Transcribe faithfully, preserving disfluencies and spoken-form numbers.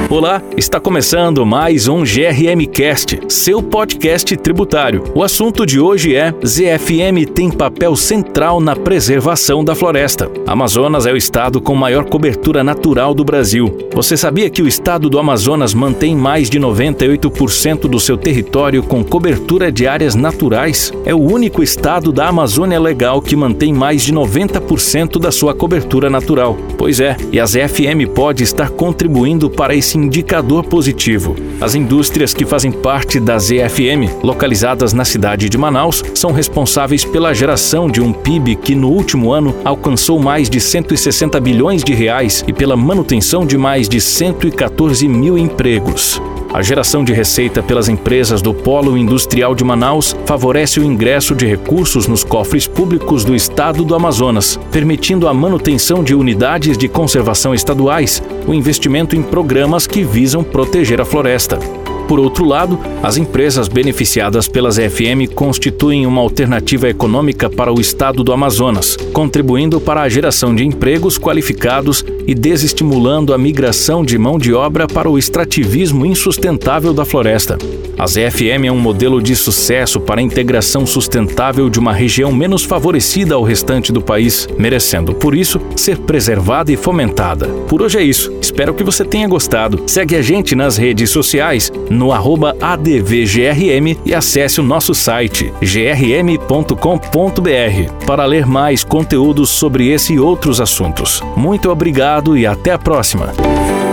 Olá, está começando mais um G R M Cast, seu podcast tributário. O assunto de hoje é: Z F M tem papel central na preservação da floresta. Amazonas é o estado com maior cobertura natural do Brasil. Você sabia que o estado do Amazonas mantém mais de noventa e oito por cento do seu território com cobertura de áreas naturais? É o único estado da Amazônia Legal que mantém mais de noventa por cento da sua cobertura natural. Pois é, e a Z F M pode estar contribuindo para esse indicador positivo. As indústrias que fazem parte da Z F M, localizadas na cidade de Manaus, são responsáveis pela geração de um P I B que no último ano alcançou mais de cento e sessenta bilhões de reais e pela manutenção de mais de cento e quatorze mil empregos. A geração de receita pelas empresas do Polo Industrial de Manaus favorece o ingresso de recursos nos cofres públicos do estado do Amazonas, permitindo a manutenção de unidades de conservação estaduais, o investimento em programas que visam proteger a floresta. Por outro lado, as empresas beneficiadas pelas Z F M constituem uma alternativa econômica para o estado do Amazonas, contribuindo para a geração de empregos qualificados e desestimulando a migração de mão de obra para o extrativismo insustentável da floresta. A Z F M é um modelo de sucesso para a integração sustentável de uma região menos favorecida ao restante do país, merecendo, por isso, ser preservada e fomentada. Por hoje é isso. Espero que você tenha gostado. Segue a gente nas redes sociais, no arroba A D V G R M e acesse o nosso site g r m ponto com ponto b r para ler mais conteúdos sobre esse e outros assuntos. Muito obrigado e até a próxima!